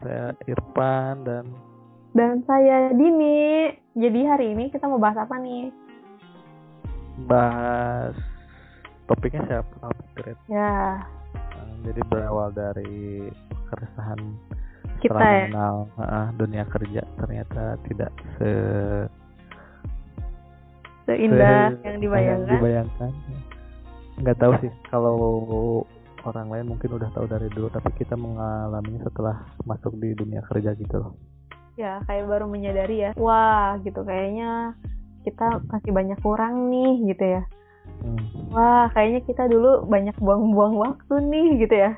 Saya Irfan Dan saya Dini. Jadi hari ini kita mau bahas apa nih? bahas topiknya siapa? Upgrade. Ya, Jadi berawal dari keresahan kita setelah ya. mengenal dunia kerja ternyata tidak Seindah yang dibayangkan. dibayangkan. Nggak tahu sih kalau orang lain mungkin udah tahu dari dulu, tapi kita mengalaminya setelah masuk di dunia kerja gitu loh. Ya, kayak baru menyadari ya. Wah, gitu kayaknya kita masih banyak kurang nih gitu ya. Wah, kayaknya kita dulu banyak buang-buang waktu nih gitu ya.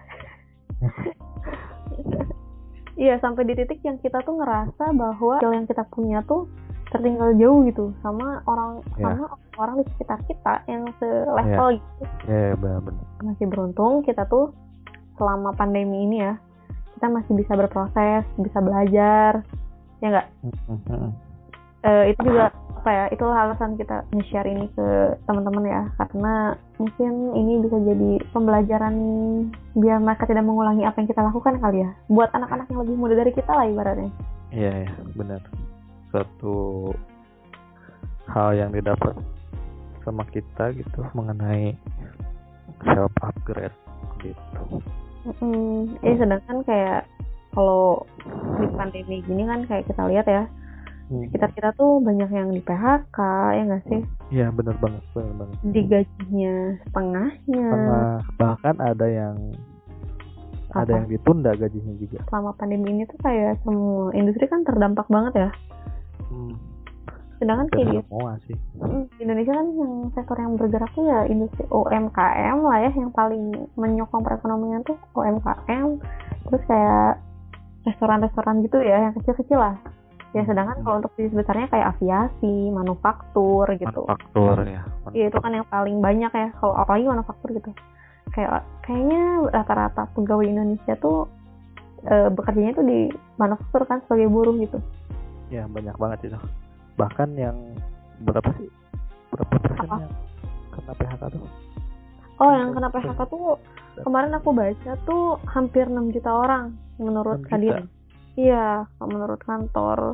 Iya, sampai di titik yang kita tuh ngerasa bahwa skill yang kita punya tuh tertinggal jauh gitu sama orang di sekitar kita yang selevel gitu. Iya, benar-benar. Masih beruntung kita tuh selama pandemi ini ya, kita masih bisa berproses, bisa belajar, ya nggak? Itu juga apa ya? Itulah alasan kita nge-share ini ke teman-teman ya, karena mungkin ini bisa jadi pembelajaran biar mereka tidak mengulangi apa yang kita lakukan kali ya. Buat anak-anak yang lebih muda dari kita lah ibaratnya. Iya, benar. Suatu hal yang didapat sama kita gitu mengenai self upgrade gitu. Sedangkan kayak kalau di pandemi gini kan kayak kita lihat ya, sekitar kita tuh banyak yang di PHK, ya nggak sih? Iya, benar banget. Digajinya setengahnya. Bahkan ada yang ditunda gajinya juga. Selama pandemi ini tuh kayak semua industri kan terdampak banget ya. Sedangkan kayak semua sih. Di Indonesia kan yang sektor yang bergerak tuh ya industri UMKM lah ya, yang paling menyokong perekonomian tuh UMKM. Terus kayak restoran-restoran gitu ya, yang kecil-kecil lah. Ya sedangkan kalau untuk bisnis besarnya kayak aviasi, manufaktur gitu. Manufaktur ya. Iya, itu kan yang paling banyak ya. Kalau apalagi manufaktur gitu. Kayaknya rata-rata pegawai Indonesia tuh bekerjanya tuh di manufaktur kan sebagai buruh gitu. Ya, banyak banget itu. Bahkan yang berapa persen yang kena PHK tuh? Oh, yang kena PHK tuh kemarin aku baca tuh hampir 6 juta orang menurut Kadin. Iya, menurut kantor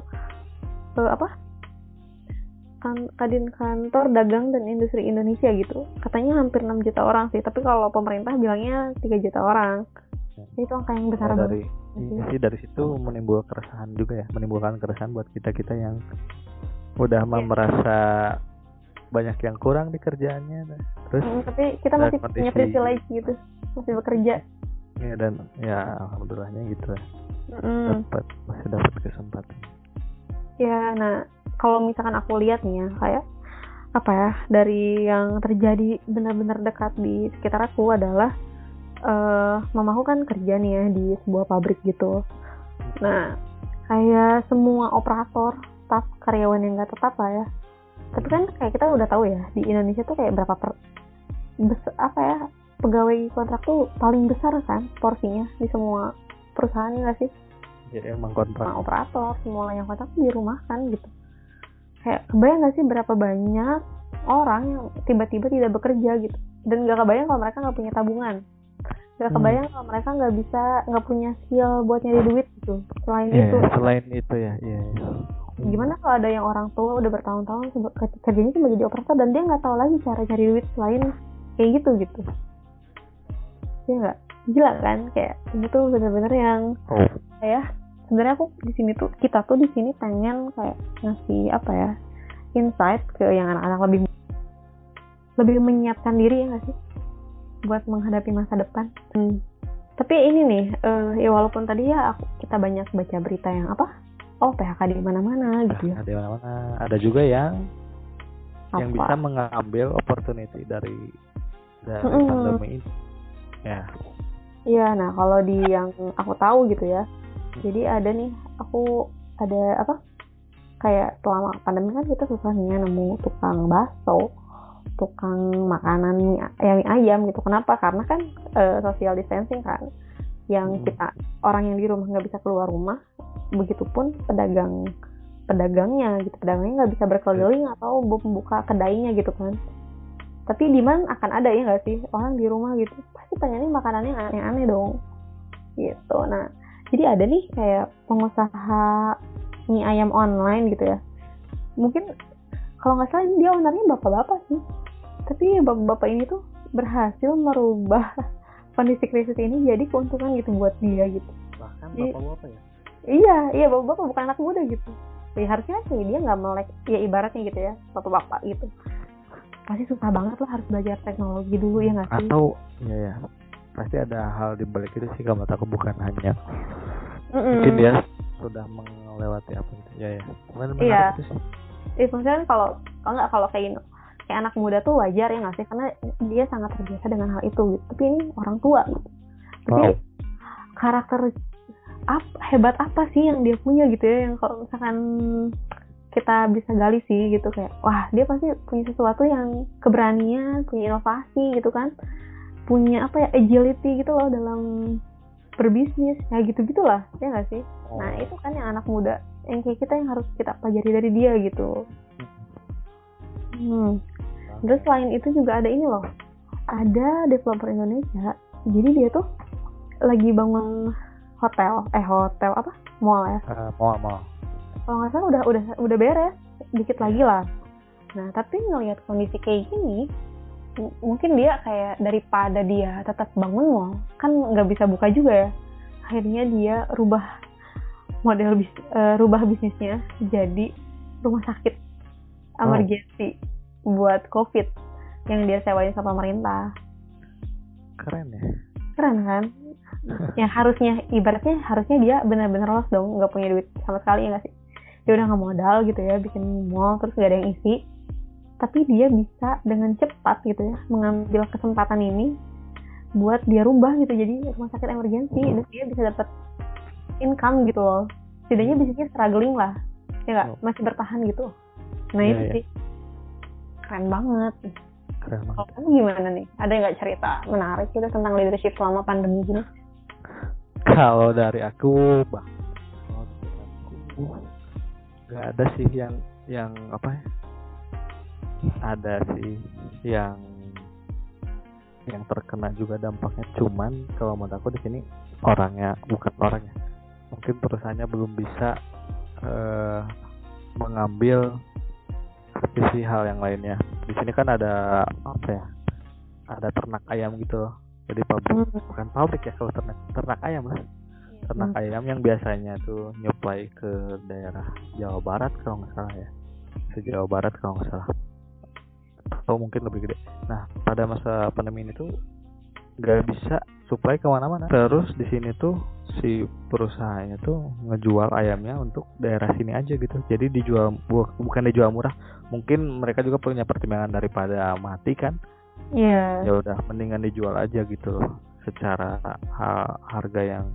Kadin Kantor Dagang dan Industri Indonesia gitu. Katanya hampir 6 juta orang sih, tapi kalau pemerintah bilangnya 3 juta orang. Itu angka yang besar banget. Dari situ menimbulkan keresahan buat kita yang udah merasa banyak yang kurang di kerjaannya. Terus tapi kita masih punya privilege gitu, masih bekerja. Ya, dan ya alhamdulillahnya gitu lah. Masih dapat kesempatan. Ya, nah kalau misalkan aku lihat nih ya, kayak apa ya, dari yang terjadi benar-benar dekat di sekitar aku adalah mamaku kan kerja nih ya di sebuah pabrik gitu. Nah, kayak semua operator, staf, karyawan yang nggak tetap lah ya. Tapi kan kayak kita udah tahu ya, di Indonesia tuh kayak berapa pegawai kontrak tuh paling besar kan porsinya di semua perusahaan, nggak sih? Ya emang kontrak. Nah, operator semua yang kontrak tuh dirumahkan gitu. Kayak kebayang nggak sih berapa banyak orang yang tiba-tiba tidak bekerja gitu, dan nggak kebayang kalau mereka nggak punya tabungan, nggak kebayang kalau mereka nggak punya skill buat nyari duit gitu. Selain itu ya. Gimana kalau ada yang orang tua udah bertahun-tahun kerjanya cuma jadi operator dan dia nggak tahu lagi cara cari duit selain kayak gitu. Ya nggak, gila kan? Kayak itu bener-bener yang kayak sebenarnya kita tuh di sini pengen kayak ngasih insight ke yang anak-anak lebih menyiapkan diri, ya nggak sih, buat menghadapi masa depan. Tapi ini nih, ya walaupun tadi ya kita banyak baca berita yang PHK di mana-mana gitu ya. Di mana-mana. Ada juga yang bisa mengambil opportunity dari pandemi ini. Ya. Iya, nah kalau di yang aku tahu gitu ya. Jadi ada kayak selama pandemi kan kita susah nih nemu tukang bakso, tukang makanan mie ayam gitu. Kenapa? Karena kan social distancing kan. Yang kita orang yang di rumah nggak bisa keluar rumah, begitupun pedagangnya nggak bisa berkeliling atau membuka kedainya gitu kan. Tapi demand akan ada, ya nggak sih? Orang di rumah gitu pasti pengennya makanannya aneh-aneh dong gitu. Nah, Jadi ada nih kayak pengusaha mie ayam online gitu ya. Mungkin kalau nggak salah dia ownernya bapak-bapak sih. Tapi bapak-bapak ini tuh berhasil merubah kondisi krisis ini jadi keuntungan gitu buat dia gitu. Bahkan Jadi- bapak-bapak ya. Iya bapak-bapak bukan anak muda gitu. Ya harusnya sih dia nggak melek, ya ibaratnya gitu ya, bapak-bapak gitu. Pasti susah banget lah harus belajar teknologi dulu ya nggak sih? Atau ya pasti ada hal di balik itu sih, kalau menurut aku bukan hanya mungkin dia sudah melewati apa itu. Ya. Menarik Iya. itu sih. Maksudnya kan kalau kayak anak muda tuh wajar ya nggak sih, karena dia sangat terbiasa dengan hal itu gitu. Tapi ini orang tua gitu. Tapi Wow. karakter hebat apa sih yang dia punya gitu ya, yang kalau misalkan kita bisa gali sih gitu, kayak wah dia pasti punya sesuatu yang keberanian, punya inovasi gitu kan, punya apa ya, agility gitu loh dalam berbisnis, ya gitu-gitulah ya nggak sih. Nah itu kan yang anak muda yang kayak kita yang harus kita pelajari dari dia gitu. Terus selain itu juga ada ini loh, ada developer Indonesia, jadi dia tuh lagi bangun hotel apa, mall ya, Mau. kalau nggak salah udah beres, dikit lagi lah. Nah tapi ngelihat kondisi kayak gini, mungkin dia kayak daripada dia tetap bangun mall, kan nggak bisa buka juga ya, akhirnya dia rubah bisnisnya jadi rumah sakit emergency buat COVID yang dia sewain sama pemerintah. Keren ya. Keren kan? Yang ibaratnya harusnya dia benar-benar lost dong, nggak punya duit sama sekali ya nggak sih? Dia udah nggak modal gitu ya, bikin mall terus nggak ada yang isi, tapi dia bisa dengan cepat gitu ya mengambil kesempatan ini buat dia rubah gitu jadi rumah sakit emergency, dan dia bisa dapat income gitu loh. Setidaknya bisnisnya struggling lah, ya nggak, masih bertahan gitu. Nah itu sih keren banget. Keren banget. Kalau kamu gimana nih? Ada nggak cerita menarik gitu tentang leadership selama pandemi gini? Kalau dari aku nggak ada sih yang apa ya, ada sih yang terkena juga dampaknya, cuman kalau menurut aku di sini bukan orangnya, mungkin perusahaannya belum bisa mengambil sisi hal yang lainnya. Di sini kan ada apa ya, ada ternak ayam gitu loh, jadi bukan pabrik ya, kalau ternak ayam lah, ternak ayam yang biasanya tuh nyuplai ke daerah Jawa Barat kalau nggak salah ya, Jawa Barat kalau nggak salah, atau mungkin lebih gede. Nah pada masa pandemi ini tuh nggak bisa supply kemana-mana, terus di sini tuh si perusahaannya tuh ngejual ayamnya untuk daerah sini aja gitu, jadi dijual, bukan dijual murah, mungkin mereka juga punya pertimbangan daripada mati kan. Ya udah mendingan dijual aja gitu loh, secara harga yang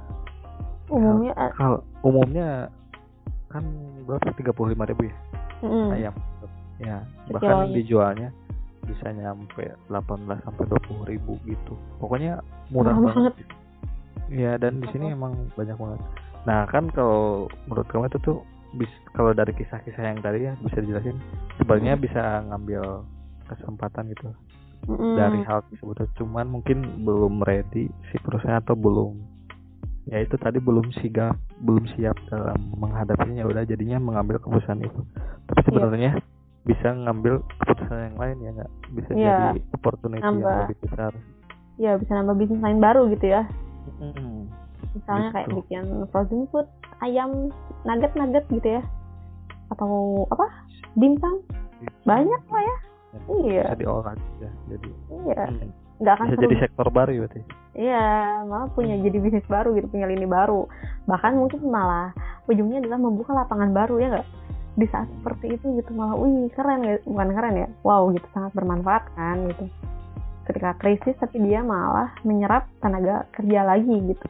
umumnya kan berapa, 35.000 ya ayam ya, bahkan dijualnya bisa nyampe 18 sampai 20.000 gitu, pokoknya murah banget. Ya dan di sini emang banyak banget. Nah kan kalau menurut kamu itu tuh kalau dari kisah-kisah yang tadi ya bisa dijelasin, sebenarnya bisa ngambil kesempatan gitu dari hal tersebut, cuman mungkin belum ready si perusahaan, atau belum, ya itu tadi belum siap dalam menghadapinya, ya udah jadinya mengambil keputusan itu. Tapi sebenarnya bisa ngambil keputusan yang lain ya nggak, bisa jadi opportunity yang lebih besar. Ya bisa nambah bisnis lain baru gitu ya. Misalnya kayak bikin frozen food, ayam nugget gitu ya, atau apa, dimsum, banyak lah ya. Iya. Bisa diolah ya, jadi. Iya. Nggak akan bisa jadi sektor baru ya berarti. Iya, malah punya jadi bisnis baru gitu, punya lini baru. Bahkan mungkin malah ujungnya adalah membuka lapangan baru ya nggak? Di saat seperti itu gitu, malah keren ya, bukan keren ya, wow gitu, sangat bermanfaat kan gitu. Ketika krisis tapi dia malah menyerap tenaga kerja lagi gitu.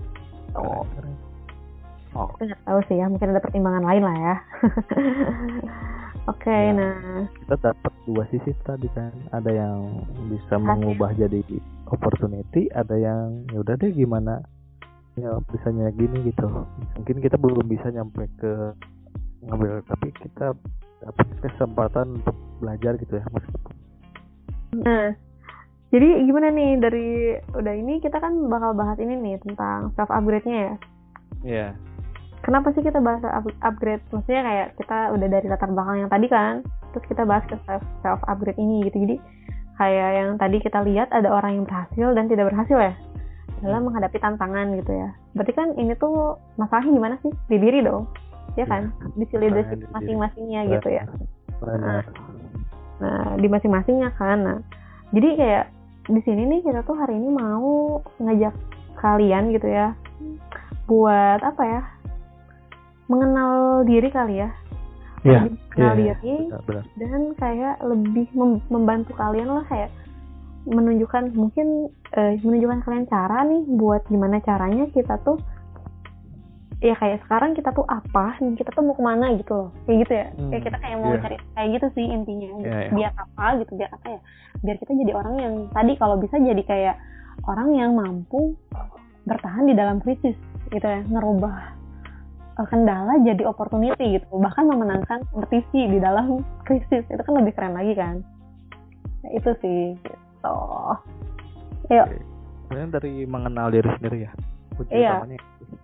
Aku nggak tahu sih ya, mungkin ada pertimbangan lain lah ya. Oke, nah kita dapat dua sisi tadi kan, ada yang bisa mengubah jadi opportunity, ada yang ya udah deh gimana ya bisanya gini gitu. Mungkin kita belum bisa nyampe ke ngambil, tapi kita dapat kesempatan untuk belajar gitu ya meskipun. Nah jadi gimana nih, dari udah ini kita kan bakal bahas ini nih tentang self upgrade-nya ya. Iya. Kenapa sih kita bahas upgrade? Maksudnya kayak kita udah dari latar belakang yang tadi kan, terus kita bahas ke self upgrade ini gitu. Jadi kayak yang tadi kita lihat ada orang yang berhasil dan tidak berhasil ya dalam menghadapi tantangan gitu ya. Berarti kan ini tuh masalahnya gimana sih? Di diri dong, ya kan? Di leadership masing-masingnya gitu ya. Nah, di masing-masingnya kan. Nah, jadi kayak di sini nih kita tuh hari ini mau ngajak kalian gitu ya, buat apa ya? Mengenal diri kali ya. Iya. Mengenal diri benar. Dan kayak lebih membantu kalian lah, kayak menunjukkan kalian cara nih buat gimana caranya kita tuh ya kayak sekarang kita tuh apa dan kita tuh mau kemana gitu loh, kayak gitu ya. Kayak kita kayak mau cari kayak gitu sih intinya. Biar apa gitu, biar apa ya, biar kita jadi orang yang tadi kalau bisa jadi kayak orang yang mampu bertahan di dalam krisis gitu ya, ngerubah kendala jadi opportunity gitu, bahkan memenangkan kompetisi di dalam krisis. Itu kan lebih keren lagi kan. Nah, itu sih gitu. Yuk. Sebenarnya dari mengenal diri sendiri ya kunci utamanya.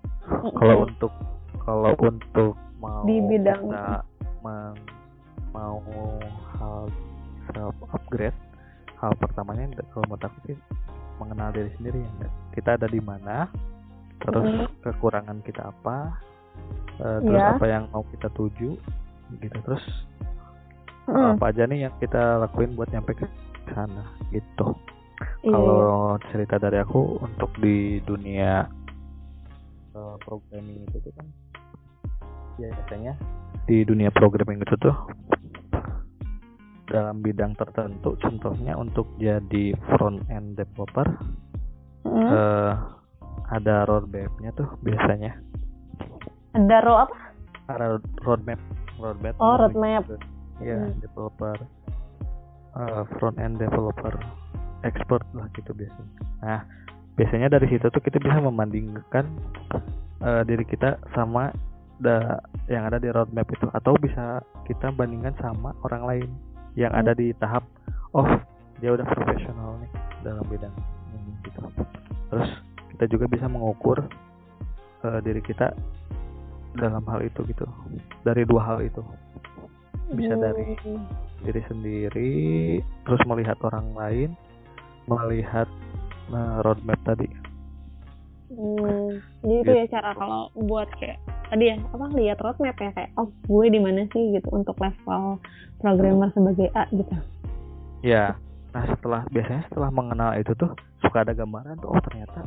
Kalau untuk mau di bidang kita mau hal self upgrade, hal pertamanya kalau menurut aku sih mengenal diri sendiri ya. Kita ada di mana, terus kekurangan kita apa, terus apa yang mau kita tuju gitu, terus apa aja nih yang kita lakuin buat nyampe ke sana gitu. Kalau cerita dari aku untuk di dunia programming itu tuh kan ya biasanya di dunia programming itu tuh dalam bidang tertentu, contohnya untuk jadi front end developer ada roadmap-nya tuh biasanya. Ada apa? Ada roadmap. Roadmap. Iya, developer, front end developer, expert lah gitu biasanya. Nah, biasanya dari situ tuh kita bisa membandingkan diri kita sama yang ada di roadmap itu, atau bisa kita bandingkan sama orang lain yang ada di tahap dia udah profesional nih dalam bidang ini gitu. Terus kita juga bisa mengukur diri kita dalam hal itu gitu, dari dua hal itu, bisa dari diri sendiri, terus melihat orang lain, melihat roadmap tadi. Jadi itu ya cara kalau buat kayak tadi ya lihat roadmap ya, kayak gue di mana sih gitu untuk level programmer sebagai A gitu. Ya, nah biasanya setelah mengenal itu tuh suka ada gambaran tuh, ternyata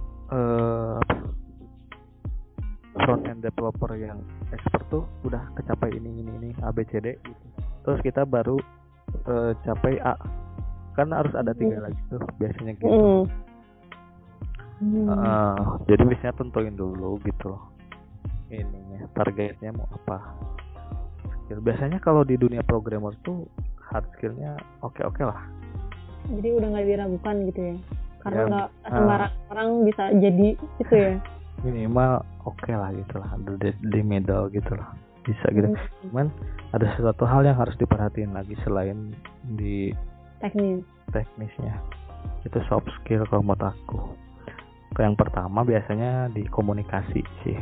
front end developer yang expert tuh udah kecapai ini ABCD gitu. Terus kita baru capai A, kan harus ada 3 lagi tuh biasanya gitu. Jadi biasanya tentuin dulu gitu ininya, targetnya mau apa. Biasanya kalau di dunia programmer tuh hard skillnya oke lah. Jadi udah nggak diragukan gitu ya, karena nggak sembarang orang bisa jadi gitu ya. Minimal oke lah gitu lah, di middle gitu lah, bisa gitu. Cuman ada sesuatu hal yang harus diperhatiin lagi selain di teknisnya, itu soft skill kalau menurut aku. Yang pertama biasanya di komunikasi sih.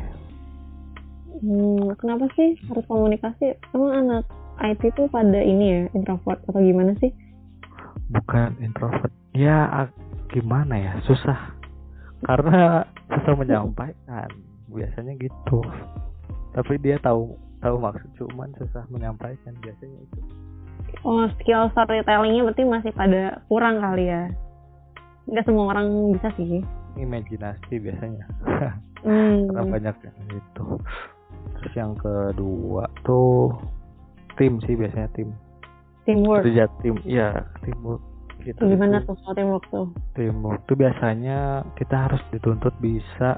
Kenapa sih harus komunikasi? Emang anak IT tuh pada ini ya, introvert atau gimana sih? Bukan introvert ya, gimana ya, susah karena susah menyampaikan biasanya gitu. Tapi dia tahu maksud, cuman susah menyampaikan biasanya itu. Skill storytellingnya berarti masih pada kurang kali ya. Nggak semua orang bisa sih. Imajinasi biasanya. Karena banyak yang gitu. Terus yang kedua tuh tim sih biasanya, teamwork. Kerja tim, ya teamwork. Gitu. Gimana tuh soal teamwork tuh? Teamwork tuh biasanya kita harus dituntut bisa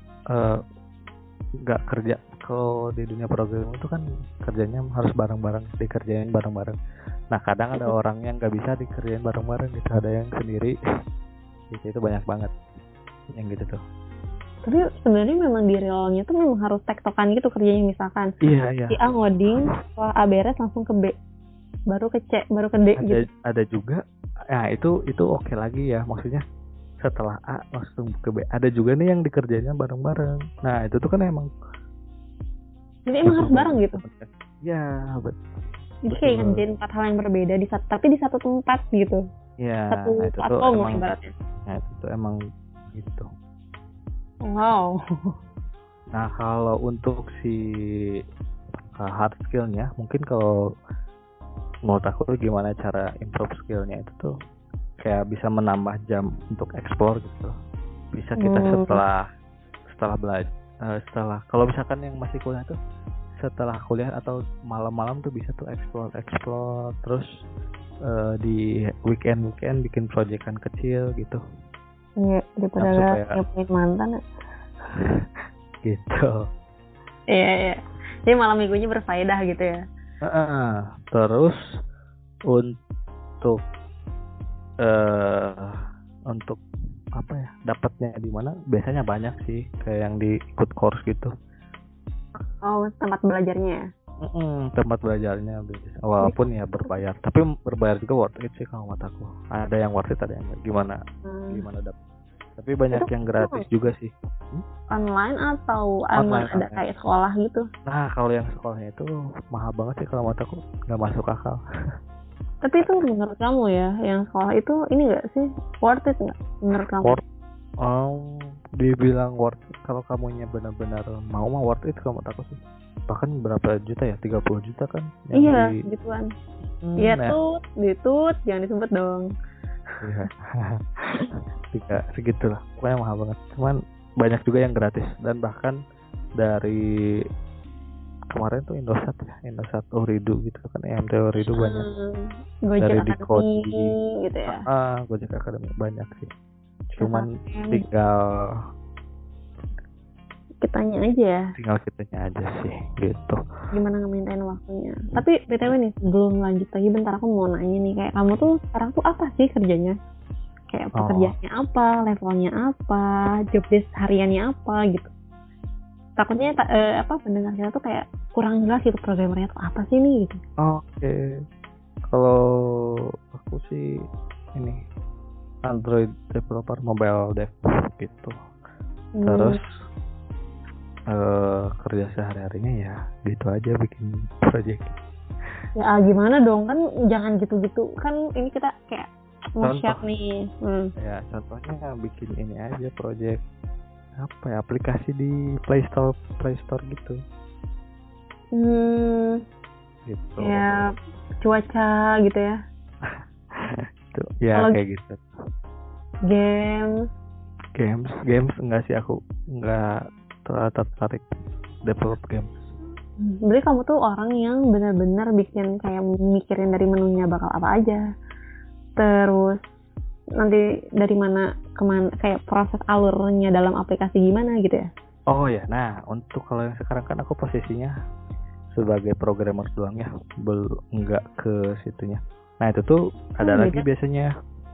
nggak kerja. Kalau di dunia programming itu kan kerjanya harus bareng-bareng, dikerjain bareng-bareng. Nah kadang ada orang yang nggak bisa dikerjain bareng-bareng gitu, ada yang sendiri. Itu banyak banget yang gitu tuh. Tapi sebenarnya memang di realnya tuh memang harus tektokan gitu kerjanya, misalkan. Iya. Si A ngoding, setelah A beres langsung ke B, baru ke C, baru ke D gitu. Ada juga. Nah itu oke lagi ya, maksudnya setelah A langsung ke B. Ada juga nih yang dikerjainnya bareng-bareng. Nah itu tuh kan emang Jadi emang harus bareng gitu. ya Jadi kayak ngerjain 4 hal yang berbeda tapi di satu tempat gitu. ya. Satu Nah itu tuh platform emang ibaratnya. nah itu tuh emang gitu. Wow. Nah kalau untuk si hard skillnya, mungkin kalau menurut aku gimana cara improve skillnya itu tuh kayak bisa menambah jam untuk explore gitu. Bisa kita setelah belajar, setelah kalau misalkan yang masih kuliah tuh setelah kuliah atau malam-malam tuh bisa tuh explore terus di weekend bikin proyekan kecil gitu. Iya, daripada ngepoin mantan. Gitu. Iya. Jadi malam minggunya berfaedah gitu ya. Terus untuk apa ya, dapatnya di mana? Biasanya banyak sih, kayak yang di ikut course gitu. Oh, tempat belajarnya ya? Tempat belajarnya walaupun ya berbayar, tapi berbayar juga worth it sih kalau mataku. Ada yang worth it, ada yang gimana dapat. Tapi banyak yang gratis juga sih. Online atau online ada kayak sekolah gitu? Nah kalau yang sekolahnya itu mahal banget sih kalau mataku, nggak masuk akal. Tapi itu menurut kamu ya, yang sekolah itu ini nggak sih worth it nggak menurut kamu? Dibilang worth it kalau kamunya benar-benar mau mah worth it kalau menurut aku sih. Bahkan berapa juta ya, 30 juta kan? Iya gituan. Iya ditut jangan disebut dong. Iya. Tiga segitulah, pokoknya mahal banget. Cuman banyak juga yang gratis, dan bahkan dari kemarin tuh Indosat Uridu gitu kan, EMT Uridu banyak. Gojek dari di Kodi gitu ya. Gojek Academy banyak sih. Cuman tinggal kitanya aja sih gitu. Gimana ngemintain waktunya. Tapi BTW nih, sebelum lanjut lagi bentar aku mau nanya nih, kayak kamu tuh sekarang tuh apa sih kerjanya? Kayak pekerjaannya apa, levelnya apa, job desk hariannya apa gitu. Takutnya pendengar kita tuh kayak kurang jelas gitu programmernya tuh apa sih nih gitu. Oke. Kalau aku sih ini Android developer, mobile dev gitu. Terus kerja sehari-harinya ya gitu aja, bikin project. Ya gimana dong, kan jangan gitu-gitu, kan ini kita kayak mau share nih. Ya contohnya bikin ini aja project apa ya, aplikasi di Play Store gitu. Gitu. Ya cuaca gitu ya. Tuh, ya kalo kayak gitu. Games enggak sih, aku enggak tertarik develop games. Berarti kamu tuh orang yang benar-benar bikin kayak mikirin dari menunya bakal apa aja, terus nanti dari mana kemana, kayak proses alurnya dalam aplikasi gimana gitu ya. Oh ya, nah untuk kalau yang sekarang kan aku posisinya sebagai programmer doang ya, enggak ke situnya. Nah itu tuh ada lagi gitu? Biasanya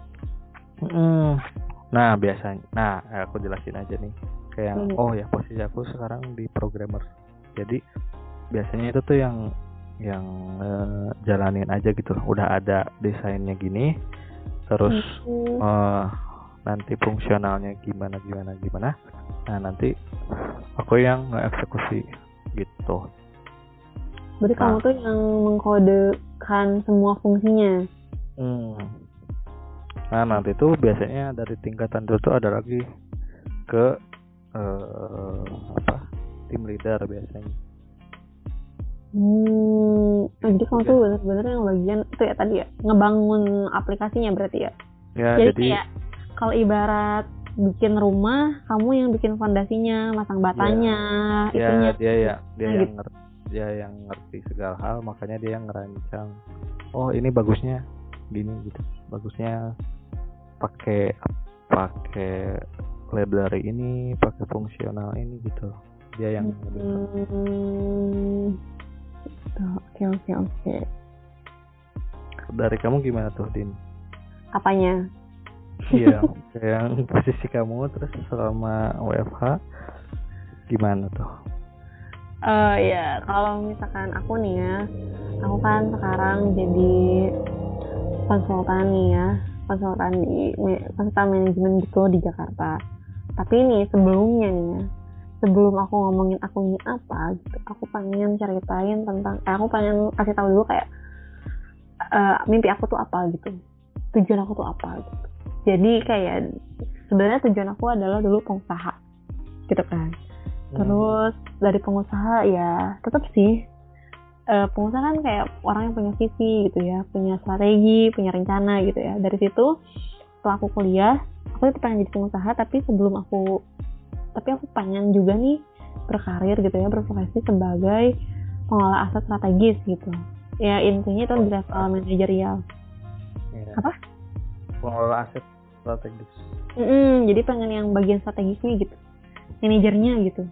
nah aku jelasin aja nih kayak posisi aku sekarang di programmer. Jadi biasanya itu tuh yang jalanin aja gitu, udah ada desainnya gini, terus nanti fungsionalnya gimana. Nah nanti aku yang nge-eksekusi gitu. Berarti kamu tuh yang mengkodekan semua fungsinya. Nah nanti tuh biasanya dari tingkatan itu tuh ada lagi ke tim leader biasanya. Jadi kamu tuh bener-bener yang bagian itu ya tadi ya, ngebangun aplikasinya berarti ya. Jadi kayak kalau ibarat bikin rumah, kamu yang bikin fondasinya, masang batanya, itunya. Dia yang ngerti segala hal, makanya dia yang ngerancang. Oh ini bagusnya gini gitu, bagusnya pakai library ini, pakai fungsional ini gitu. Dia yang Oke. Dari kamu gimana tuh, Din? Apanya? Iya, yang posisi kamu terus selama WFH gimana tuh? Ya kalau misalkan aku nih ya, aku kan sekarang jadi konsultan nih ya konsultan manajemen gitu di Jakarta. Tapi ini sebelumnya nih ya, sebelum aku ngomongin aku ini apa gitu, aku pengen ceritain tentang aku pengen kasih tahu dulu kayak mimpi aku tuh apa gitu, tujuan aku tuh apa gitu. Jadi kayak sebenarnya tujuan aku adalah dulu pengusaha gitu kan. Terus dari pengusaha ya tetap sih pengusaha kan kayak orang yang punya visi gitu ya, punya strategi, punya rencana gitu ya. Dari situ setelah aku kuliah, aku itu pengen jadi pengusaha, tapi aku pengen juga nih berkarir gitu ya, berprofesi sebagai pengelola aset strategis gitu. Ya intinya itu di level manajerial. Apa? Pengelola aset strategis. Jadi pengen yang bagian strategisnya gitu, manajernya gitu.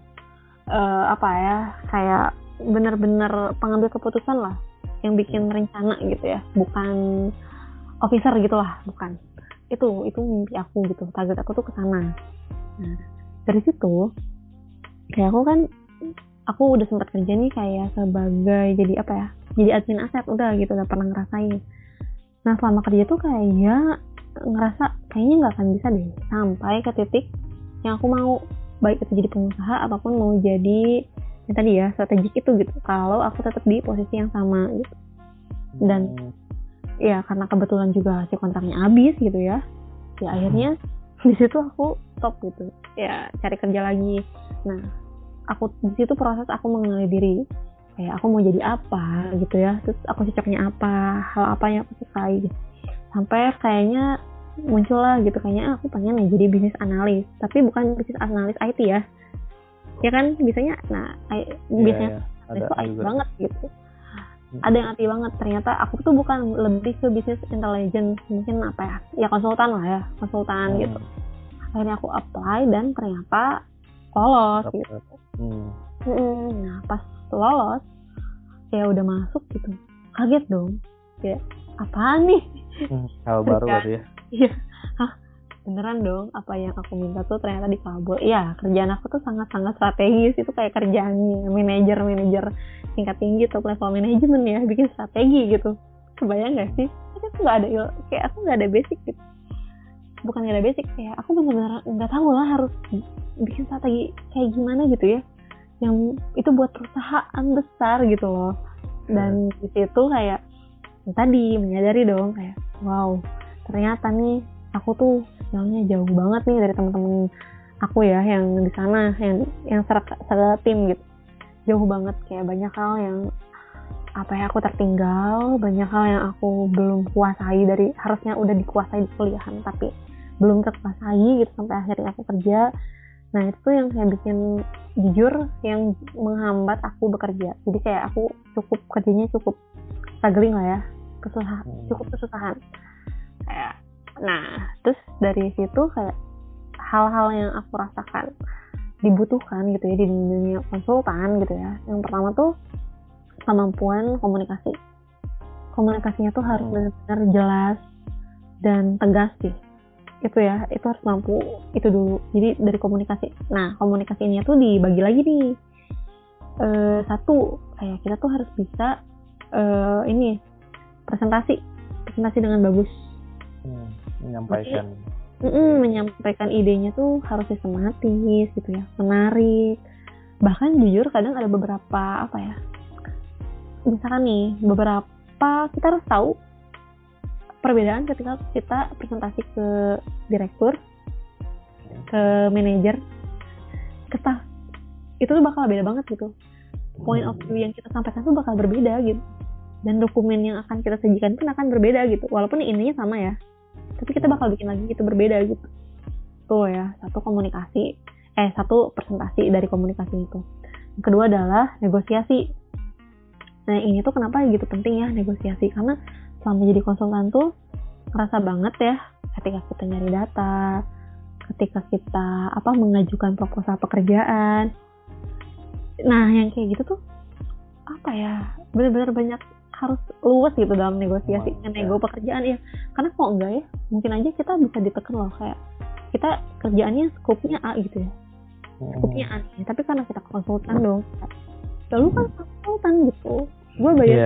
Kayak bener-bener pengambil keputusan lah, yang bikin rencana gitu ya, bukan officer gitulah, bukan. Itu mimpi aku gitu, target aku tuh kesana. Nah dari situ kayak aku udah sempat kerja nih kayak sebagai jadi admin aset, udah gitu, udah pernah ngerasain. Nah selama kerja tuh kayak ngerasa kayaknya nggak akan bisa deh sampai ke titik yang aku mau, baik itu jadi pengusaha ataupun mau jadi yang tadi ya strategik itu gitu, kalau aku tetap di posisi yang sama gitu. Dan ya karena kebetulan juga si kontraknya habis gitu ya akhirnya di situ aku stop gitu ya, cari kerja lagi. Nah aku di situ proses aku mengenali diri, kayak aku mau jadi apa gitu ya, terus aku cocoknya apa, hal apa yang aku sukai gitu. Sampai kayaknya muncul lah gitu, kayaknya aku pengen jadi bisnis analis, tapi bukan bisnis analis IT ya kan biasanya. Nah biasanya itu IT banget gitu, ada yang IT banget. Ternyata aku tuh bukan lebih ke bisnis intelligence, mungkin konsultan lah ya, konsultan gitu. Akhirnya aku apply dan ternyata lolos gitu. Nah pas lolos ya udah masuk gitu, kaget dong, kayak apaan nih, hal baru berarti ya. Iya, beneran dong, apa yang aku minta tuh ternyata dikabul. Iya, kerjaan aku tuh sangat-sangat strategis, itu kayak kerjaannya manajer tingkat tinggi top level manajemen ya, bikin strategi gitu. Kebayang nggak sih? Aku nggak ada basic gitu. Bukan nggak ada basic, kayak aku bener-bener nggak tahu lah harus bikin strategi kayak gimana gitu ya, yang itu buat perusahaan besar gitu loh. Dan di situ kayak tadi menyadari dong kayak wow, ternyata nih aku tuh sinyalnya jauh banget nih dari teman-teman aku ya yang di sana, yang tim gitu, jauh banget. Kayak banyak hal yang aku tertinggal, banyak hal yang aku belum kuasai, dari harusnya udah dikuasai di kuliahan tapi belum terkuasai gitu sampai akhirnya aku kerja. Nah itu tuh yang kayak bikin, jujur, yang menghambat aku bekerja. Jadi kayak aku kerjanya cukup struggling lah ya, cukup kesusahan kayak. Nah terus dari situ kayak hal-hal yang aku rasakan dibutuhkan gitu ya di dunia konsultan gitu ya. Yang pertama tuh kemampuan komunikasinya tuh harus benar-benar jelas dan tegas sih. Itu harus mampu itu dulu. Jadi dari komunikasi. Nah komunikasinya tuh dibagi lagi nih. Satu, kayak kita tuh harus bisa presentasi dengan bagus. Menyampaikan idenya tuh harus sistematis gitu ya, menarik. Bahkan jujur kadang ada beberapa misalkan nih, kita harus tahu perbedaan ketika kita presentasi ke direktur, ke manajer, ke staff. Itu tuh bakal beda banget gitu. Point of view yang kita sampaikan tuh bakal berbeda gitu. Dan dokumen yang akan kita sajikan pun akan berbeda gitu. Walaupun intinya sama ya, tapi kita bakal bikin lagi gitu, berbeda gitu. Tuh ya, satu presentasi dari komunikasi itu. Yang kedua adalah negosiasi. Nah ini tuh kenapa gitu penting ya negosiasi, karena selama jadi konsultan tuh ngerasa banget ya ketika kita nyari data, ketika kita mengajukan proposal pekerjaan. Nah yang kayak gitu tuh benar-benar banyak harus luwes gitu dalam negosiasi, nego pekerjaan ya. Karena kok enggak ya, mungkin aja kita bisa ditekan loh, kayak kita kerjaannya skopnya A gitu ya, skopnya A nih, tapi karena kita konsultan dong, lalu kan konsultan gitu, gue bayar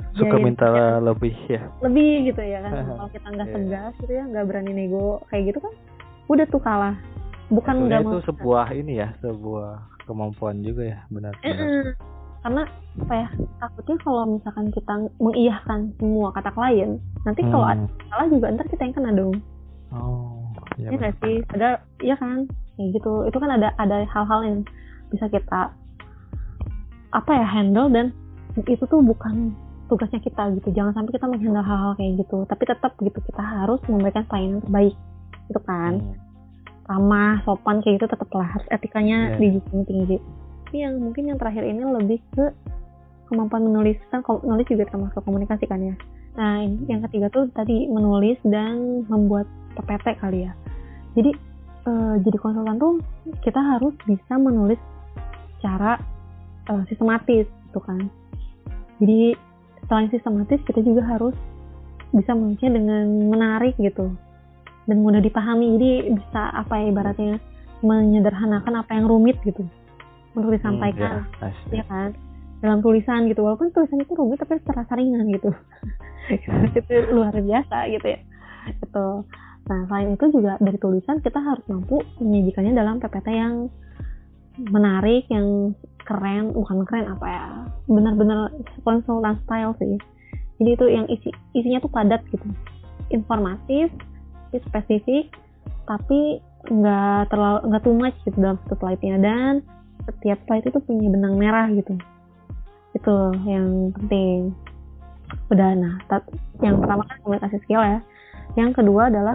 Suka Jain minta ya, lebih ya. lebih gitu ya kan. Kalau kita nggak Iya. tegas gitu ya, nggak berani nego kayak gitu kan, udah tuh kalah. Bukan Sebetulnya nggak itu mau. sebuah ini ya, sebuah kemampuan juga ya, benar-benar. Karena apa ya, takutnya kalau misalkan kita mengiyakan semua kata klien, nanti kalau ada salah juga ntar kita yang kena dong. Oh, Ya nggak sih, padahal iya kan, kayak gitu. Itu kan ada hal-hal yang bisa kita apa ya handle, dan itu tuh bukan tugasnya kita gitu. Jangan sampai kita menghandle hal-hal kayak gitu, tapi tetap gitu kita harus memberikan pelayanan terbaik gitu kan. Ramah, sopan kayak gitu tetaplah, harus etikanya dijunjung tinggi. Tapi yang mungkin yang terakhir ini lebih ke kemampuan menulis, kan menulis juga termasuk komunikasi kan ya. Nah ini yang ketiga tuh tadi menulis dan membuat PPT kali ya. Jadi jadi konsultan tuh kita harus bisa menulis secara sistematis gitu kan. Jadi selain sistematis kita juga harus bisa menulisnya dengan menarik gitu dan mudah dipahami. Jadi bisa apa ya, ibaratnya menyederhanakan apa yang rumit gitu untuk disampaikan, ya kan, dalam tulisan gitu. Walaupun tulisan itu rumit tapi terasa ringan gitu. Itu luar biasa gitu ya. Gitu. Nah selain itu juga dari tulisan kita harus mampu menyajikannya dalam PPT yang menarik, yang keren, bukan keren apa ya, benar-benar konsultan style sih. Jadi itu yang isinya tuh padat gitu, informatif, spesifik, tapi nggak too much gitu dalam satu slide-nya, dan setiap slide itu punya benang merah gitu. Itu yang penting. Udah, nah yang pertama kan komunikasi skill ya. Yang kedua adalah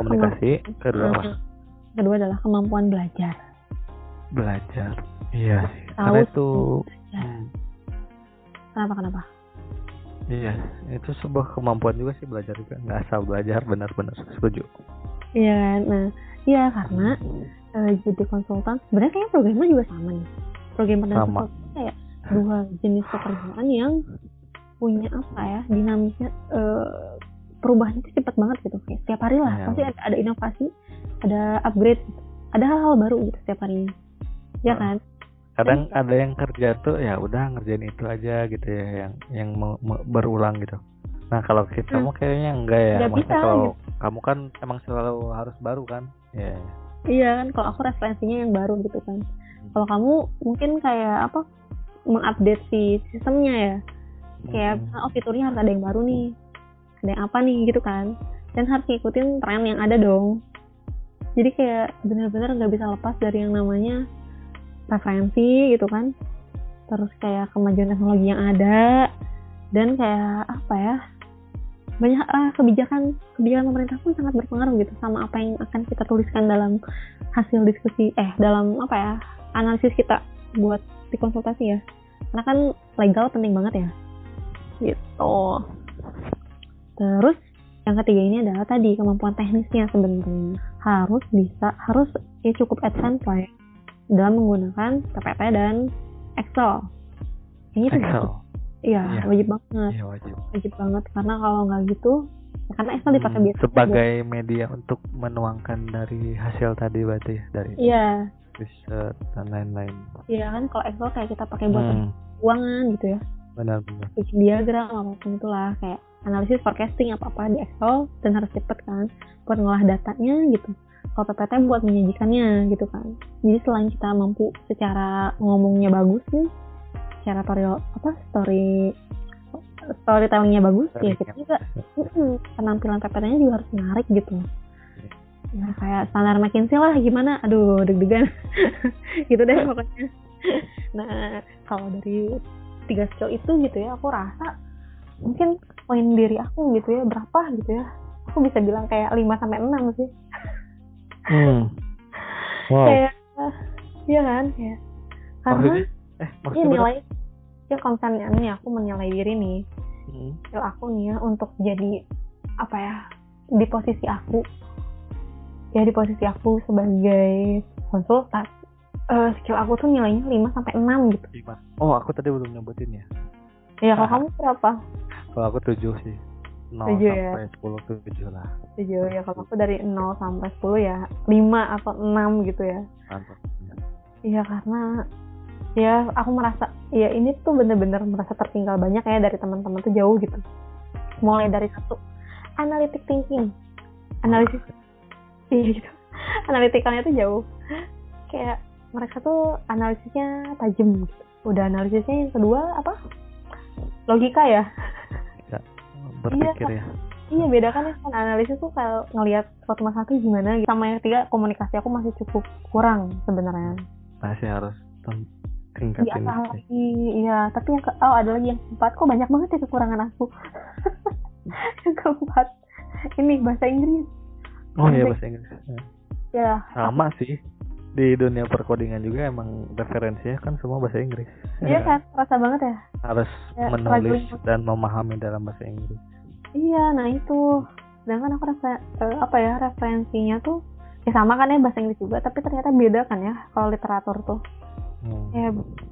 kedua adalah kemampuan belajar. Iya sih. Karena itu kenapa? Iya, itu sebuah kemampuan juga sih, belajar juga, nggak asal belajar, benar-benar setuju. Iya kan, nah iya karena jadi konsultan sebenarnya kayak programnya juga sama nih. Programmer dan konsultan kayak dua jenis pekerjaan yang punya apa ya, dinamisnya perubahannya itu cepat banget gitu, kayak setiap hari lah pasti ada inovasi, ada upgrade, ada hal-hal baru gitu setiap harinya, ya kan. Kadang ada yang kerja tuh ya udah ngerjain itu aja gitu ya, yang berulang gitu. Nah kalau kita mau kayaknya enggak ya, maksudnya kalau gitu. Kamu kan emang selalu harus baru kan. Iya kan, kalau aku referensinya yang baru gitu kan. Kalau kamu mungkin kayak apa, mengupdate si sistemnya ya, kayak fiturnya harus ada yang baru nih, ada yang apa nih gitu kan, dan harus ngikutin tren yang ada dong. Jadi kayak benar-benar nggak bisa lepas dari yang namanya referensi gitu kan, terus kayak kemajuan teknologi yang ada, dan kayak apa ya, banyak kebijakan pemerintah pun sangat berpengaruh gitu sama apa yang akan kita tuliskan dalam hasil diskusi dalam apa ya, analisis kita buat di konsultasi ya, karena kan legal penting banget ya gitu. Terus yang ketiga ini adalah tadi kemampuan teknisnya, sebenarnya harus ya cukup advance lah ya dalam menggunakan PPT dan Excel. Ini tuh iya, wajib banget. Iya, wajib banget, karena kalau nggak gitu, karena Excel dipakai biasa sebagai media untuk menuangkan dari hasil tadi berarti ya, dari riset dan lain-lain. Iya kan, kalau Excel kayak kita pakai buat keuangan gitu ya. Benar. Bikin diagram apapun itulah, kayak analisis forecasting apa di Excel, dan harus cepet kan buat ngolah datanya gitu. Kalau PPT buat menyajikannya gitu kan. Jadi selain kita mampu secara ngomongnya bagus nih, secara storytellingnya bagus, ya kita juga penampilan PPT-nya juga harus menarik gitu. Ya kayak standar McKinsey lah, gimana? Aduh, deg-degan. Gitu deh pokoknya. Nah, kalau dari 3 skill itu gitu ya, aku rasa mungkin poin diri aku gitu ya, berapa gitu ya, aku bisa bilang kayak 5-6 sih. Wow. Kayak iya kan, kayak karena maksudnya nilai ya, konsennya nih aku menilai diri nih, skill aku nih ya untuk jadi apa ya, di posisi aku sebagai konsultan, skill aku tuh nilainya 5-6 gitu. Oh, aku tadi belum nyebutin ya. Iya, kalau kamu berapa? Kalau aku 7 sih. 0 7 sampai 10 7 lah. 7 ya, kalau aku dari 0 sampai 10 ya 5 atau 6 gitu ya. Mantap. Iya, karena ya aku merasa ya ini tuh bener-bener merasa tertinggal banyak ya dari teman-teman tuh jauh gitu. Mulai dari satu analytic thinking, analisis, iya gitu, analitikalnya tuh jauh. Kayak mereka tuh analisisnya tajam gitu. Udah analisisnya yang kedua apa? Logika ya. Ya, berpikir ya. Iya beda kan ya, kan analisis tuh kalau ngelihat suatu masalah tuh gimana gitu. Sama yang ketiga komunikasi aku masih cukup kurang sebenarnya. Masih harus tingkatin. Iya lagi, iya. Tapi yang ada lagi yang keempat, kok banyak banget ya kekurangan aku. Yang keempat, ini bahasa Inggris. Oh iya bahasa Inggris. Ya. Sama sih. Di dunia perkodingan juga emang referensinya kan semua bahasa Inggris. Iya kan, rasa banget ya. Harus ya, menulis dan memahami dalam bahasa Inggris. Iya, nah itu. Sedangkan aku referensinya tuh ya sama kan ya bahasa Inggris juga, tapi ternyata beda kan ya kalau literatur tuh. Ya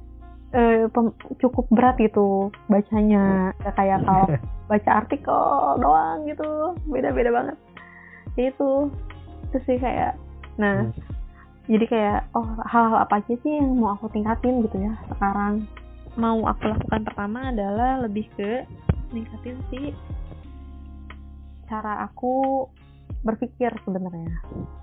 cukup berat gitu bacanya. Kayak kalau baca artikel doang gitu, beda-beda banget. Itu sih kayak jadi kayak hal-hal apa aja sih yang mau aku tingkatin gitu ya sekarang. Mau aku lakukan pertama adalah lebih ke ningkatin sih cara aku berpikir sebenarnya.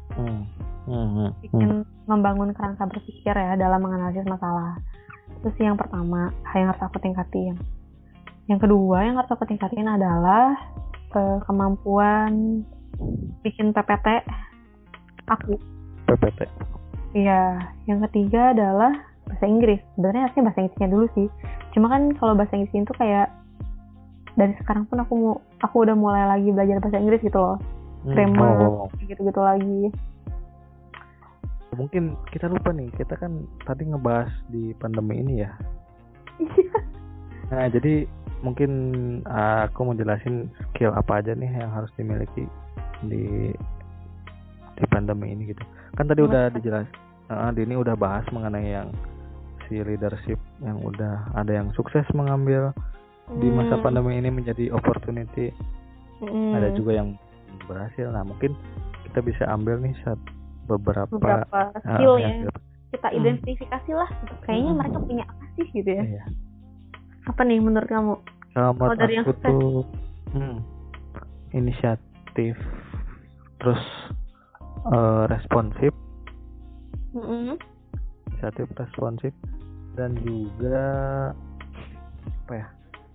Bikin membangun kerangka berpikir ya dalam menganalisis masalah. Terus yang pertama yang harus aku tingkatin. Yang kedua yang harus aku tingkatin adalah kemampuan bikin PPT aku. PPT. Iya, yang ketiga adalah bahasa Inggris. Sebenarnya harusnya bahasa Inggrisnya dulu sih. Cuma kan kalau bahasa Inggris itu kayak dari sekarang pun aku udah mulai lagi belajar bahasa Inggris gitu loh. Grammar gitu-gitu lagi. Mungkin kita lupa nih, kita kan tadi ngebahas di pandemi ini ya. Nah, jadi mungkin aku mau jelasin skill apa aja nih yang harus dimiliki di pandemi ini gitu. Kan tadi udah ini udah bahas mengenai yang si leadership yang udah ada yang sukses mengambil di masa pandemi ini menjadi opportunity. Ada juga yang berhasil. Nah, mungkin kita bisa ambil nih beberapa skill ya. Kita identifikasi lah. Kayaknya mereka punya apa sih gitu ya. Iya. Apa nih menurut kamu? Kalau dari aku tuh inisiatif, terus responsif, inisiatif, responsif, dan juga apa ya?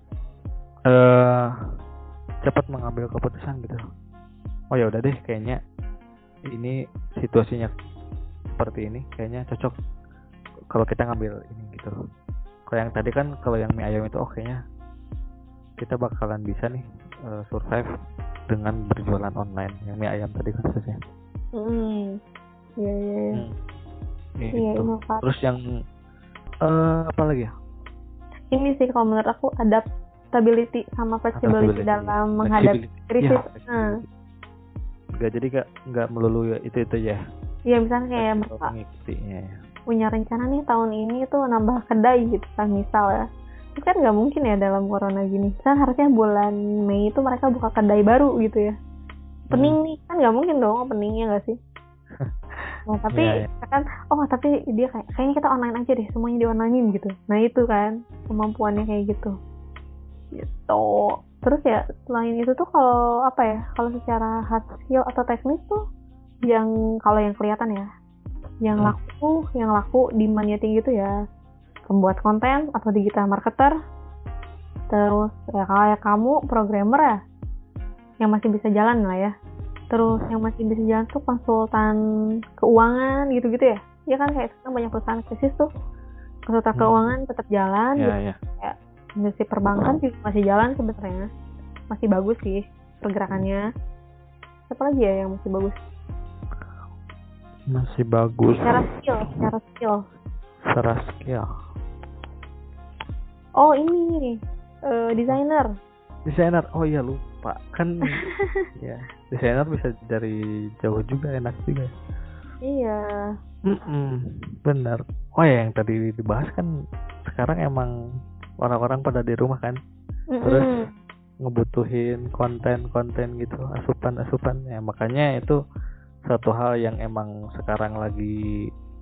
Cepat mengambil keputusan gitu. Oh ya udah deh, kayaknya ini situasinya seperti ini, kayaknya cocok kalau kita ngambil ini gitu. Kalau yang tadi kan, kalau yang mie ayam itu kayaknya kita bakalan bisa nih survive dengan berjualan online. Yang mie ayam tadi kan khususnya. Iya, inovatif. Terus yang apa lagi ya? Ini sih kalau menurut aku adaptability sama flexibility dalam menghadapi krisis. Nggak melulu itu ya. Iya, misalnya kayak Bapak punya rencana nih tahun ini tuh nambah kedai gitu kan misal ya. Itu kan nggak mungkin ya dalam corona gini. Kan harusnya bulan Mei itu mereka buka kedai baru gitu ya. Pening nih, kan nggak mungkin dong openingnya nggak sih? Nah, tapi kan tapi dia kayaknya kita online aja deh, semuanya di onlinein gitu. Nah itu kan kemampuannya kayak gitu. Terus ya selain itu tuh kalau kalau secara hard skill atau teknis tuh kalau yang kelihatan ya, yang laku demand-nya tinggi tuh ya pembuat konten atau digital marketer. Terus ya kayak kamu programmer ya, yang masih bisa jalan lah ya. Terus yang masih bisa jalan tuh konsultan keuangan gitu-gitu ya. Ya kan kayak sekarang banyak perusahaan krisis tuh konsultan keuangan tetap jalan gitu. Kayak industri perbankan juga masih jalan sebenarnya. Masih bagus sih pergerakannya. Apa lagi ya yang masih bagus? Masih bagus. Secara skill. Oh ini desainer. Oh iya lupa kan. Ya desainer bisa dari jauh juga, enak juga. Iya. Benar. Oh ya, yang tadi dibahas kan sekarang emang orang-orang pada di rumah kan. Terus ngebutuhin konten gitu, asupan ya, makanya itu satu hal yang emang sekarang lagi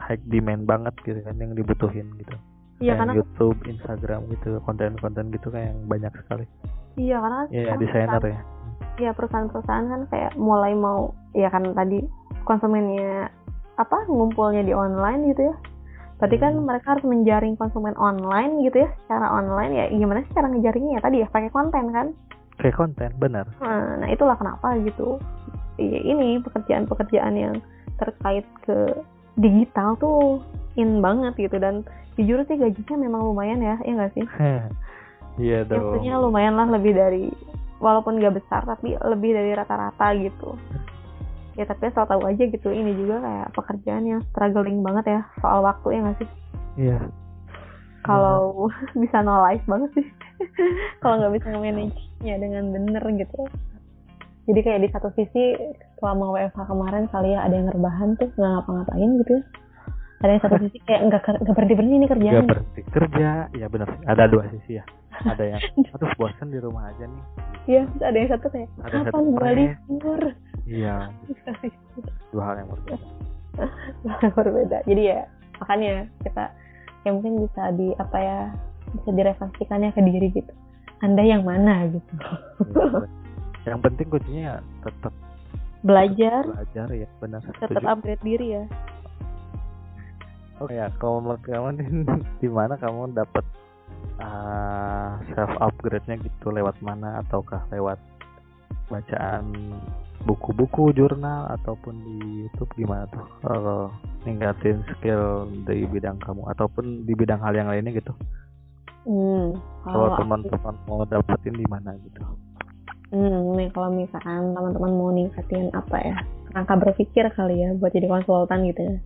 high demand banget gitu kan, yang dibutuhin gitu. Iya, Kayak karena YouTube, Instagram gitu, konten-konten gitu kayak yang banyak sekali. iya karena Iya, sekarang desainer ya. ya perusahaan-perusahaan kan kayak mulai mau, ya kan tadi konsumennya ngumpulnya di online gitu ya. Berarti kan mereka harus menjaring konsumen online gitu ya, secara online. Ya gimana sih cara ngejaringnya ya, tadi ya pakai konten kan. Kayak konten, benar. Nah itulah kenapa gitu. Ini pekerjaan-pekerjaan yang terkait ke digital tuh in banget gitu, dan jujur sih gajinya memang lumayan ya nggak sih? Iya Ya, dong. maksudnya lumayan lah, lebih dari, walaupun nggak besar tapi lebih dari rata-rata gitu. Ya tapi asal tahu aja gitu, ini juga kayak pekerjaan yang struggling banget ya soal waktu, ya nggak sih? Iya. Kalau bisa no life banget sih. Kalau nggak bisa manage-nya dengan bener gitu. Jadi kayak di satu sisi selama WFH kemarin kali ya ada yang rebahan tuh nggak ngapa-ngapain gitu ya. Ada yang satu sisi kayak nggak berhenti nih kerjaan. Nggak berhenti kerja, ya benar. Ada dua sisi ya. Ada yang aduh bosan di rumah aja nih. Iya, ada yang satu kayak kapan gue libur. Iya. Dua hal yang berbeda. Berbeda. Jadi ya makanya kita ya mungkin bisa bisa direfleksikannya ke diri gitu. Anda yang mana gitu. Ya, yang penting kuncinya tetap belajar ya, benar. Tetap upgrade diri ya. Oke ya, kalau menurut kamu di mana kamu dapat self upgrade-nya gitu, lewat mana, ataukah lewat bacaan buku-buku, jurnal, ataupun di YouTube, gimana tuh ningkatin skill di bidang kamu ataupun di bidang hal yang lainnya gitu? Kalau teman-teman mau dapetin di mana gitu? Nih kalau misalkan teman-teman mau ningkatin kerangka berpikir kali ya buat jadi konsultan gitu ya.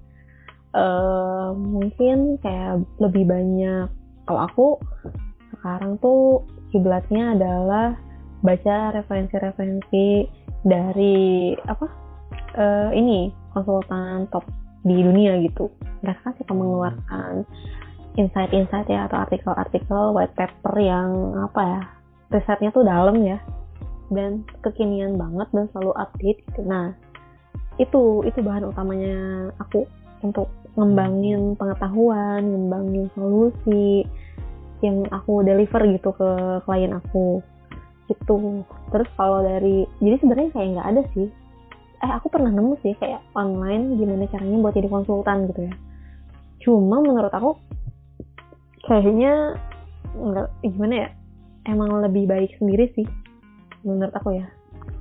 Mungkin kayak lebih banyak, kalau aku sekarang tuh kiblatnya adalah baca referensi-referensi dari ini konsultan top di dunia gitu. Mereka kan suka mengeluarkan insight-insight ya, atau artikel-artikel white paper yang risetnya tuh dalam ya dan kekinian banget dan selalu update gitu. Nah itu bahan utamanya aku untuk ngembangin pengetahuan, ngembangin solusi yang aku deliver gitu ke klien aku gitu. Terus kalau jadi sebenarnya kayak nggak ada sih. Aku pernah nemu sih kayak online gimana caranya buat jadi konsultan gitu ya. Cuma menurut aku kayaknya nggak, gimana ya, emang lebih baik sendiri sih menurut aku ya.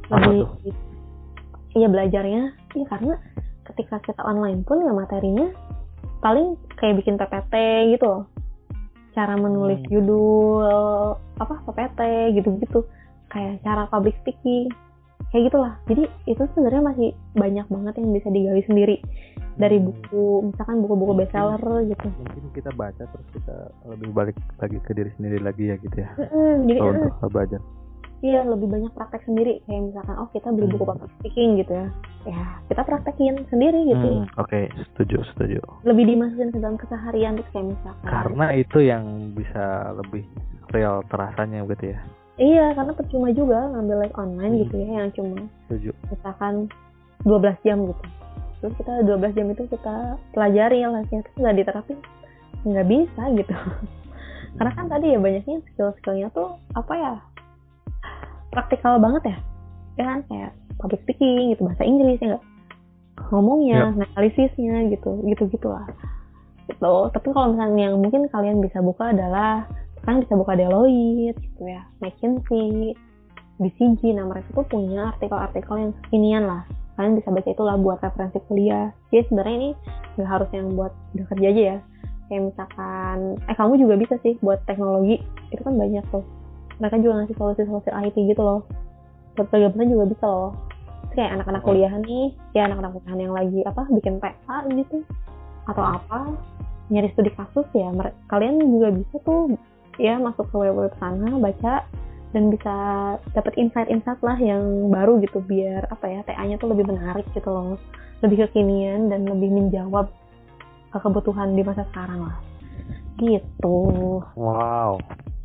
Iya belajarnya ya, karena ketika kita online pun ya materinya paling kayak bikin PPT gitu loh, cara menulis judul PPT gitu-gitu, kayak cara public speaking kayak gitulah. Jadi itu sebenarnya masih banyak banget yang bisa digali sendiri dari buku, misalkan buku-buku bestseller gitu. Mungkin kita baca terus kita lebih balik lagi ke diri sendiri lagi ya gitu ya. Jadi untuk belajar. Iya, lebih banyak praktek sendiri. Kayak misalkan kita beli buku public speaking gitu ya. Ya, kita praktekin sendiri gitu. Oke, setuju. Lebih dimasukin ke dalam keseharian tuh, kayak misalkan. Karena itu yang bisa lebih real terasanya gitu ya. Iya, karena percuma juga ngambil les online gitu ya, yang cuma misalkan 12 jam gitu. Terus kita 12 jam itu kita pelajari lesnya, terus nggak diterapin, nggak bisa gitu. Karena kan tadi ya banyaknya skill-skillnya tuh praktikal banget ya kan, kayak public speaking gitu, bahasa Inggris ya nggak, ngomongnya, analisisnya gitu-gitulah gitu. Tapi kalau misalnya yang mungkin kalian bisa buka adalah, kan bisa buka Deloitte gitu ya, McKinsey, BCG. Nah mereka tuh punya artikel-artikel yang kekinian lah, kalian bisa baca itulah buat referensi kuliah. Jadi sebenarnya ini nggak harus yang buat udah kerja aja ya, kayak misalkan kamu juga bisa sih buat teknologi, itu kan banyak tuh, mereka juga ngasih solusi-solusi IT gitu loh. Buat bagaimana juga bisa loh. Terus kayak anak-anak kuliahan nih, ya anak-anak kuliahan yang lagi bikin PA gitu atau nyari studi kasus ya, kalian juga bisa tuh ya masuk ke web sana, baca, dan bisa dapat insight lah yang baru gitu, biar TA-nya tuh lebih menarik gitu loh, lebih kekinian dan lebih menjawab kebutuhan di masa sekarang lah gitu. Wow.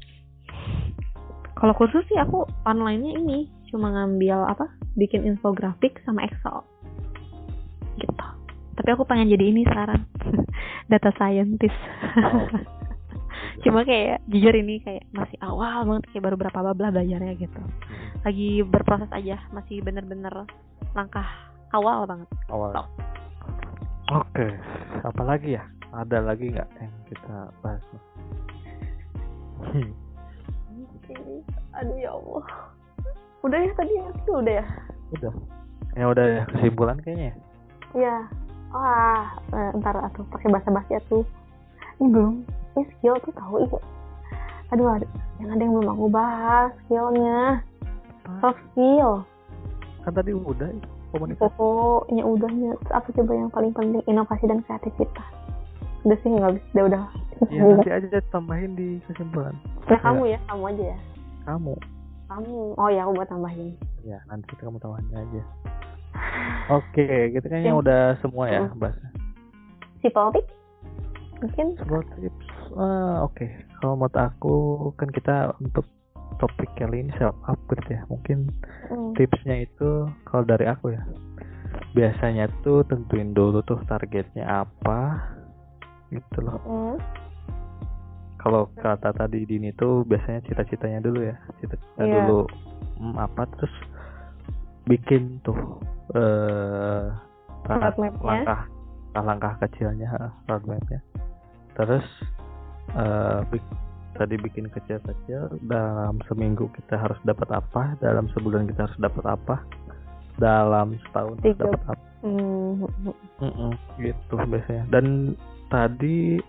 Kalau kursus sih aku online-nya ini cuma ngambil bikin infografik sama Excel gitu. Tapi aku pengen jadi ini sekarang. Data scientist. Cuma kayak jujur ini kayak masih awal banget, kayak baru berapa bablah belajarnya gitu. Lagi berproses aja, masih bener-bener langkah awal banget. Awal. Oke, apa lagi ya? Ada lagi nggak yang kita bahas? Aduh ya Allah. Udah ya tadi ya, itu udah ya. Udah. Ya udah ya, kesimpulan kayaknya. Iya. Wah, ntar atau pakai bahasa basi tuh. Ini belum. Ini skill tuh tahu itu. Aduh, yang ada yang belum aku bahas skillnya. Soft skill. Kan tadi udah komunikasi. Pokoknya udahnya. Apa coba yang paling penting? Inovasi dan kreativitas. Udah sih nggak bisa. Udah. Ya nanti aja tambahin di kesimpulan. Nah kamu ya, kamu aja ya. Kamu. Oh ya, aku buat tambahin. Ya nanti kamu tambahin aja. Oke, kita kayaknya udah semua ya bahasnya. Simple tips mungkin. Simple tips. Oke. Kalau menurut aku kan kita untuk topik kali ini self upgrade ya. Mungkin tipsnya itu kalau dari aku ya. Biasanya tuh tentuin dulu tuh targetnya apa gitu loh. Kalau kata tadi Dini tuh biasanya cita-citanya dulu ya. Cita-cita dulu apa, terus bikin tuh langkah kecilnya, roadmapnya. Terus tadi bikin kecil-kecil, dalam seminggu kita harus dapat apa, dalam sebulan kita harus dapat apa, dalam setahun harus dapat apa. Gitu biasanya. Dan tadi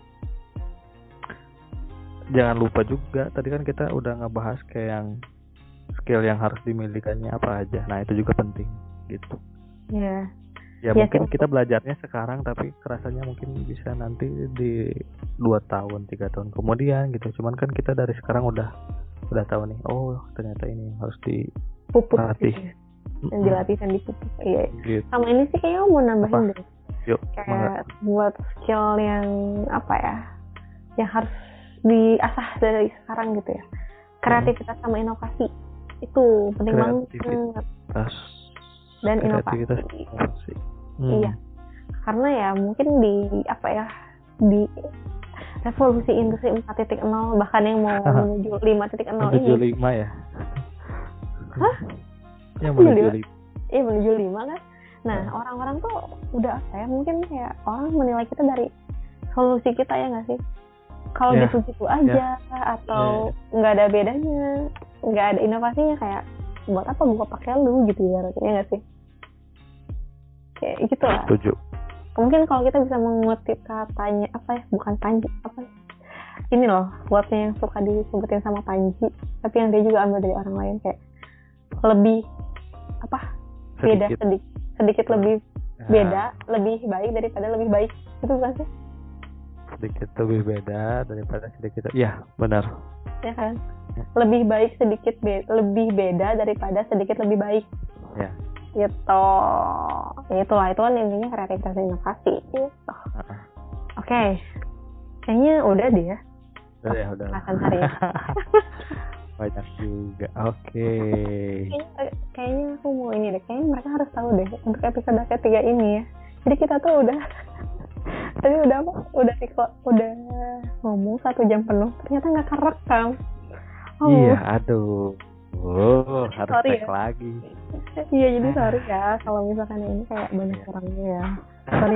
jangan lupa juga, tadi kan kita udah ngebahas kayak yang skill yang harus dimilikannya apa aja. Nah itu juga penting gitu. Iya. Ya mungkin kita belajarnya sekarang, tapi kerasanya mungkin bisa nanti di 2 tahun 3 tahun kemudian gitu. Cuman kan kita dari sekarang udah tahu nih, oh ternyata ini harus dilatih. Dan dilatih dan dipupuk. Iya. Gitu. Sama ini sih kayaknya mau nambahin deh. Yuk, kayak buat skill yang apa ya, yang harus diasah dari sekarang gitu ya. Kreativitas sama inovasi itu penting banget. Dan inovasi. Iya. Karena ya mungkin di di revolusi industri 4.0 bahkan yang mau menuju 5.0 ini. Menuju 5 ya. Hah? Yang menuju 5. Iya menuju 5 kan. Nah, orang-orang tuh udah apa ya, mungkin kayak orang menilai kita dari solusi kita ya nggak sih? Kalau gitu-gitu aja atau nggak ada bedanya, nggak ada inovasinya, kayak buat apa gua pakai lu gitu ya nggak sih? Kayak gitu lah. Setuju. Mungkin kalau kita bisa mengutip katanya bukan Panji, ini loh quote-nya yang suka disebutin sama Panji, tapi yang dia juga ambil dari orang lain, kayak lebih sedikit lebih beda lebih baik daripada lebih baik, itu kan sih? Sedikit lebih beda daripada sedikit, ya benar ya kan? Lebih baik sedikit lebih beda daripada sedikit lebih baik ya gitu. Itulah, itu kan intinya kreativitas dan inovasi gitu. Oke. Kayaknya udah deh ya. Udah. Hari ya. Banyak juga. Oke. Kayaknya aku mau ini deh. Kayaknya mereka harus tahu deh untuk episode ketiga ini ya. Jadi kita tuh udah tadi udah ngomong 1 jam penuh. Ternyata nggak kerekam. Iya, aduh. Harus cek lagi. Iya, jadi sorry ya kalau misalkan ini kayak banyak orangnya ya. Sorry.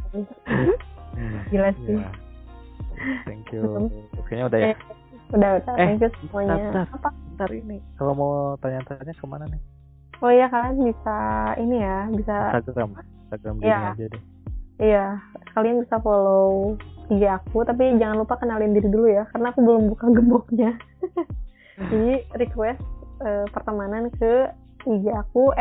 Gila sih. Thank you. Kayaknya udah ya. Udah. Thank you semuanya. Bentar ini. Kalau mau tanya-tanya kemana nih? Oh iya, kalian bisa ini ya, bisa Instagram Dini aja deh. Iya, kalian bisa follow IG aku, tapi jangan lupa kenalin diri dulu ya, karena aku belum buka gemboknya. Jadi request pertemanan ke IG aku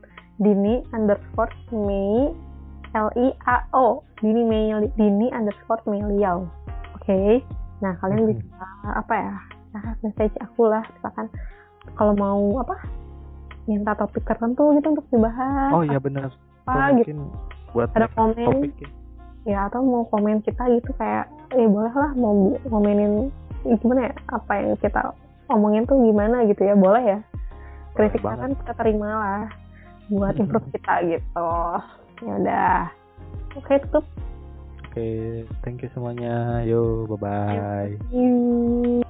@dini_mei LIAO Dini_Meliao. Oke. Nah, kalian bisa message aku lah, misalkan kalau mau minta topik tertentu gitu untuk dibahas. Oh iya benar. Mungkin buat ada komen topik ya, atau mau komen kita gitu, kayak boleh lah mau komenin gimana ya, apa yang kita omongin tuh gimana gitu ya, boleh ya. Kritik kan kita terima lah buat improve kita gitu. Ya udah. Oke, tutup. Oke, thank you semuanya. Yo, bye bye. Yuk.